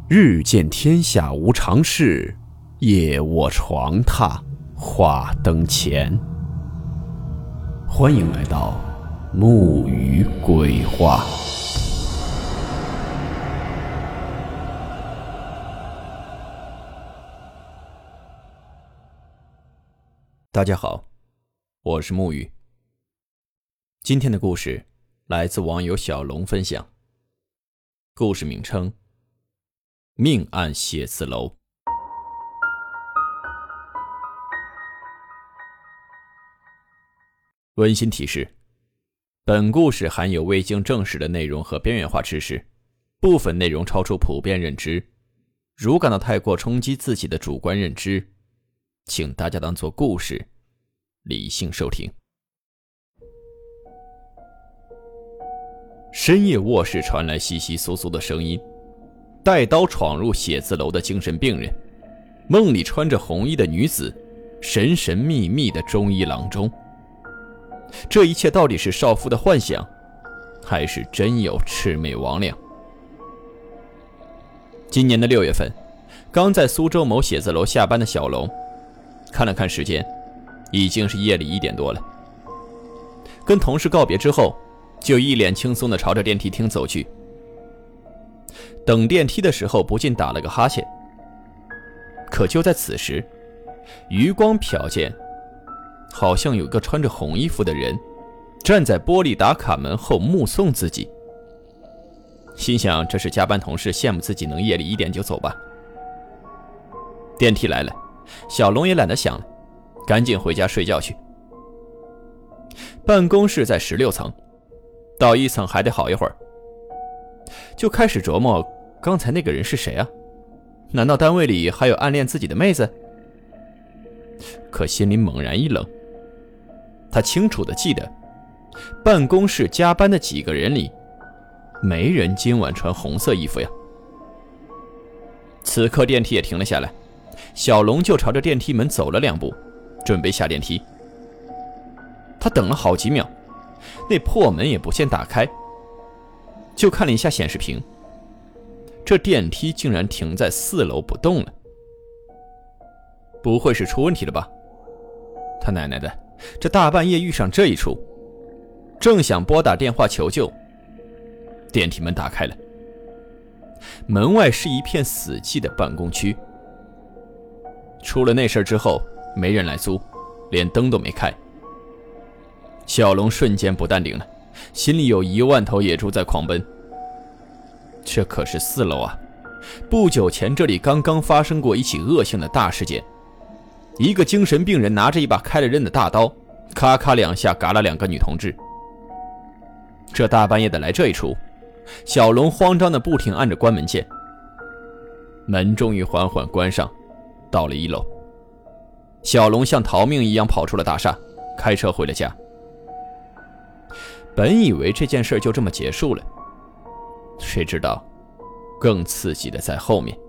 日见天下无常事，夜卧床榻话灯前。欢迎来到木鱼鬼话。大家好，我是木鱼。今天的故事来自网友小龙分享，故事名称：命案写字楼。温馨提示：本故事含有未经证实的内容和边缘化知识，部分内容超出普遍认知，如感到太过冲击自己的主观认知，请大家当作故事，理性收听。深夜卧室传来窸窸窣窣的声音，带刀闯入写字楼的精神病人，梦里穿着红衣的女子，神神秘秘的中医郎中。这一切到底是少妇的幻想，还是真有魑魅魍魉？今年的6月份，刚在苏州某写字楼下班的小龙，看了看时间，已经是夜里1点多了。跟同事告别之后，就一脸轻松地朝着电梯厅走去。等电梯的时候，不禁打了个哈欠。可就在此时，余光瞟见，好像有个穿着红衣服的人站在玻璃打卡门后目送自己。心想这是加班同事羡慕自己能夜里1点就走吧。电梯来了，小龙也懒得想了，赶紧回家睡觉去。办公室在16层，到1层还得好一会儿。就开始琢磨刚才那个人是谁啊？难道单位里还有暗恋自己的妹子？可心里猛然一冷，他清楚地记得办公室加班的几个人里，没人今晚穿红色衣服呀。此刻电梯也停了下来，小龙就朝着电梯门走了2步，准备下电梯。他等了好几秒，那破门也不见打开，就看了一下显示屏，这电梯竟然停在4楼不动了。不会是出问题了吧？他奶奶的，这大半夜遇上这一出。正想拨打电话求救，电梯门打开了，门外是一片死寂的办公区。出了那事之后，没人来租，连灯都没开。小龙瞬间不淡定了，心里有1万头野猪在狂奔。这可是4楼啊！不久前这里刚刚发生过一起恶性的大事件，一个精神病人拿着一把开了刃的大刀，咔咔2下嘎了2个女同志。这大半夜的来这一出，小龙慌张的不停按着关门键。门终于缓缓关上，到了1楼。小龙像逃命一样跑出了大厦，开车回了家。本以为这件事就这么结束了，谁知道更刺激的在后面。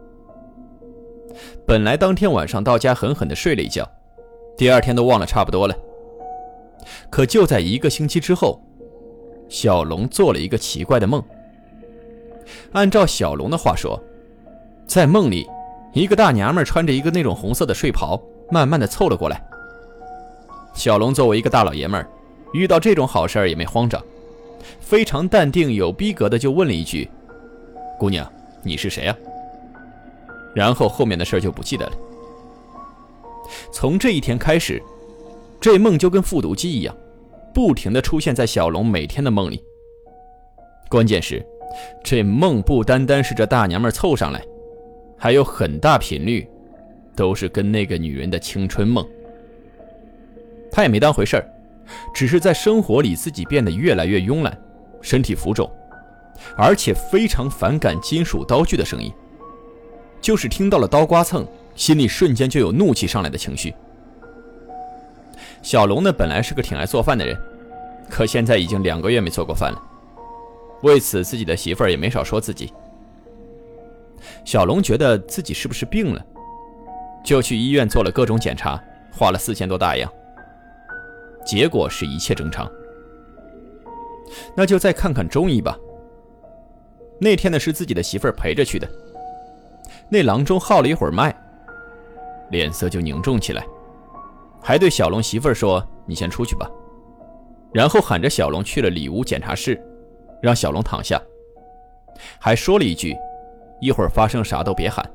本来当天晚上到家狠狠地睡了一觉，第2天都忘了差不多了。可就在1个星期之后，小龙做了一个奇怪的梦。按照小龙的话说，在梦里，一个大娘们穿着一个那种红色的睡袍，慢慢地凑了过来。小龙作为一个大老爷们儿，遇到这种好事也没慌张，非常淡定有逼格的就问了一句：“姑娘，你是谁啊？”然后后面的事就不记得了。从这一天开始，这梦就跟复读机一样，不停地出现在小龙每天的梦里。关键是，这梦不单单是这大娘们凑上来，还有很大频率都是跟那个女人的青春梦。他也没当回事儿，只是在生活里自己变得越来越慵懒，身体浮肿，而且非常反感金属刀具的声音，就是听到了刀刮蹭，心里瞬间就有怒气上来的情绪。小龙呢，本来是个挺爱做饭的人，可现在已经2个月没做过饭了，为此自己的媳妇儿也没少说自己。小龙觉得自己是不是病了，就去医院做了各种检查，花了4000多大洋，结果是一切正常。那就再看看中医吧。那天呢是自己的媳妇儿陪着去的， 那郎中号了一会儿脉，脸色就凝重起来，还对小龙媳妇儿说：“你先出去吧。”然后喊着小龙去了里屋检查室，让小龙躺下，还说了一句：“一会儿发生啥都别喊。”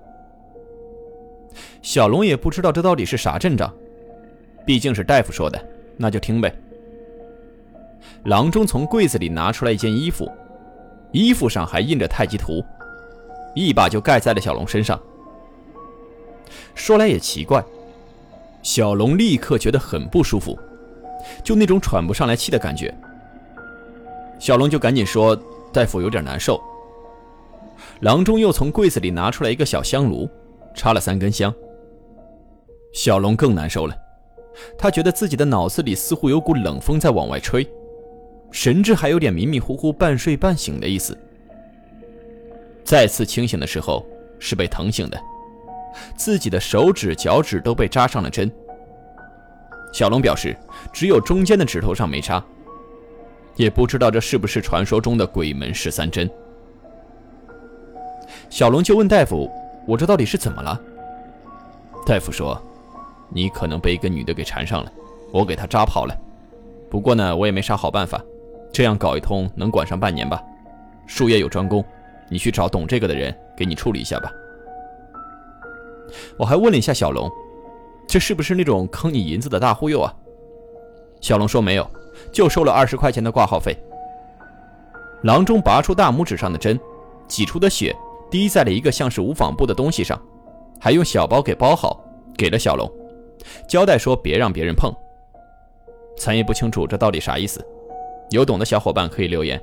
小龙也不知道这到底是啥阵仗，毕竟是大夫说的，那就听呗。郎中从柜子里拿出来一件衣服，衣服上还印着太极图，一把就盖在了小龙身上。说来也奇怪，小龙立刻觉得很不舒服，就那种喘不上来气的感觉。小龙就赶紧说：“大夫有点难受。”郎中又从柜子里拿出来一个小香炉，插了3根香。小龙更难受了，他觉得自己的脑子里似乎有股冷风在往外吹，神志还有点迷迷糊糊、半睡半醒的意思。再次清醒的时候是被疼醒的，自己的手指、脚趾都被扎上了针。小龙表示只有中间的指头上没扎，也不知道这是不是传说中的鬼门13针。小龙就问大夫：“我这到底是怎么了？”大夫说：“你可能被一个女的给缠上了，我给她扎跑了。不过呢，我也没啥好办法，这样搞一通能管上半年吧。术业有专攻，你去找懂这个的人给你处理一下吧。”我还问了一下小龙，这是不是那种坑你银子的大忽悠啊？小龙说没有，就收了20块钱的挂号费。郎中拔出大拇指上的针，挤出的血滴在了一个像是无纺布的东西上，还用小包给包好，给了小龙，交代说别让别人碰。咱也不清楚这到底啥意思，有懂的小伙伴可以留言。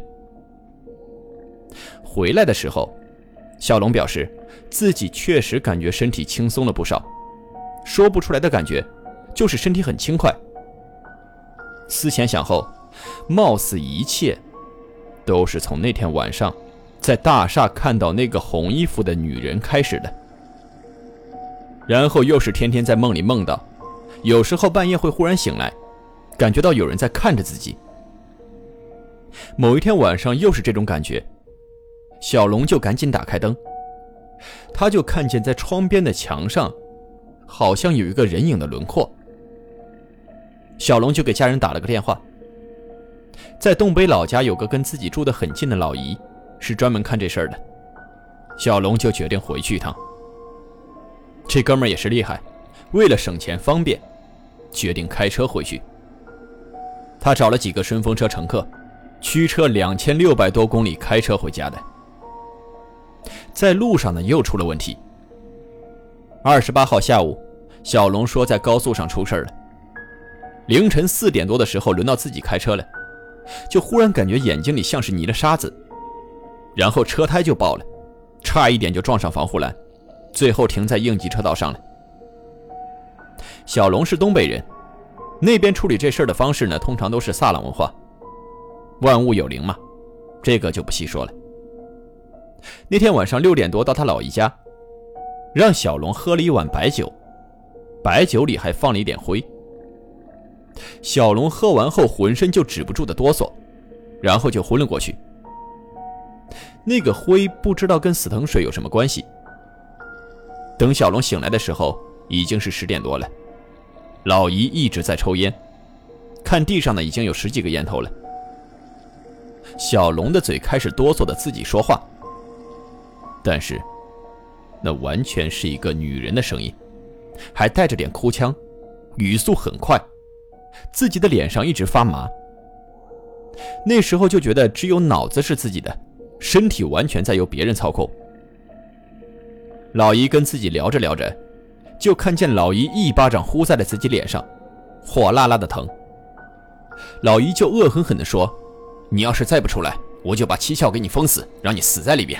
回来的时候，小龙表示自己确实感觉身体轻松了不少，说不出来的感觉，就是身体很轻快。思前想后，貌似一切都是从那天晚上在大厦看到那个红衣服的女人开始的。然后又是天天在梦里梦到，有时候半夜会忽然醒来，感觉到有人在看着自己。某一天晚上又是这种感觉，小龙就赶紧打开灯，他就看见在窗边的墙上好像有一个人影的轮廓。小龙就给家人打了个电话，在东北老家有个跟自己住得很近的老姨，是专门看这事儿的。小龙就决定回去一趟。这哥们儿也是厉害，为了省钱方便，决定开车回去。他找了几个顺风车乘客，驱车2600多公里开车回家的。在路上呢又出了问题。28号下午，小龙说在高速上出事了。凌晨4点多的时候轮到自己开车了，就忽然感觉眼睛里像是泥了沙子，然后车胎就爆了，差一点就撞上防护栏，最后停在应急车道上了。小龙是东北人，那边处理这事的方式呢，通常都是萨朗文化，万物有灵嘛，这个就不细说了。那天晚上6点多到他老姨家，让小龙喝了一碗白酒，白酒里还放了一点灰。小龙喝完后浑身就止不住的哆嗦，然后就昏了过去。那个灰不知道跟死藤水有什么关系。等小龙醒来的时候已经是10点多了，老姨一直在抽烟，看地上呢已经有10几个烟头了。小龙的嘴开始哆嗦的自己说话，但是那完全是一个女人的声音，还带着点哭腔，语速很快，自己的脸上一直发麻。那时候就觉得只有脑子是自己的，身体完全在由别人操控。老姨跟自己聊着聊着，就看见老姨一巴掌呼在了自己脸上，火辣辣的疼。老姨就恶狠狠地说：“你要是再不出来，我就把七窍给你封死，让你死在里边。”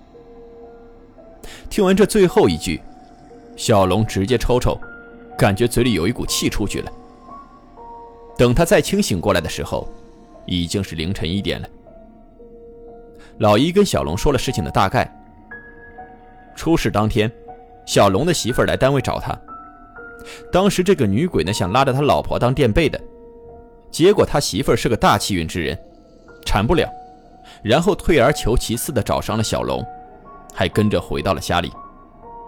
听完这最后一句，小龙直接抽抽，感觉嘴里有一股气出去了。等他再清醒过来的时候，已经是凌晨1点了。老姨跟小龙说了事情的大概。出事当天，小龙的媳妇儿来单位找他，当时这个女鬼呢想拉着他老婆当垫背的，结果他媳妇儿是个大气运之人，缠不了，然后退而求其次的找上了小龙，还跟着回到了家里。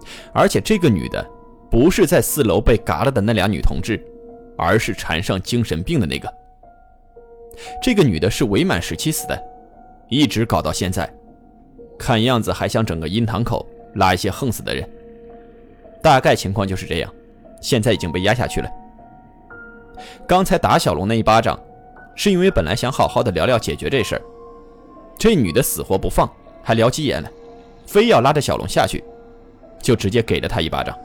而且这个女的不是在4楼被嘎了的那俩女同志，而是缠上精神病的那个。这个女的是伪满时期死的，一直搞到现在，看样子还想整个阴堂口拉一些横死的人。大概情况就是这样，现在已经被压下去了。刚才打小龙那一巴掌，是因为本来想好好的聊聊解决这事儿，这女的死活不放，还聊急眼了，非要拉着小龙下去，就直接给了他一巴掌。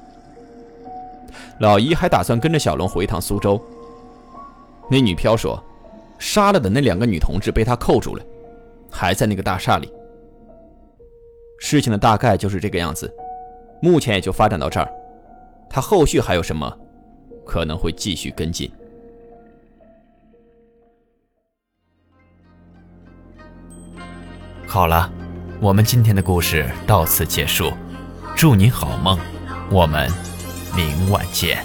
老姨还打算跟着小龙回一趟苏州。那女漂说，杀了的那2个女同志被他扣住了，还在那个大厦里。事情的大概就是这个样子，目前也就发展到这儿，他后续还有什么可能会继续跟进。 好了，我们今天的故事到此结束，祝您好梦，我们明晚见。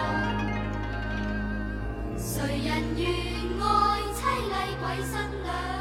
谁人愿爱凄厉鬼新娘？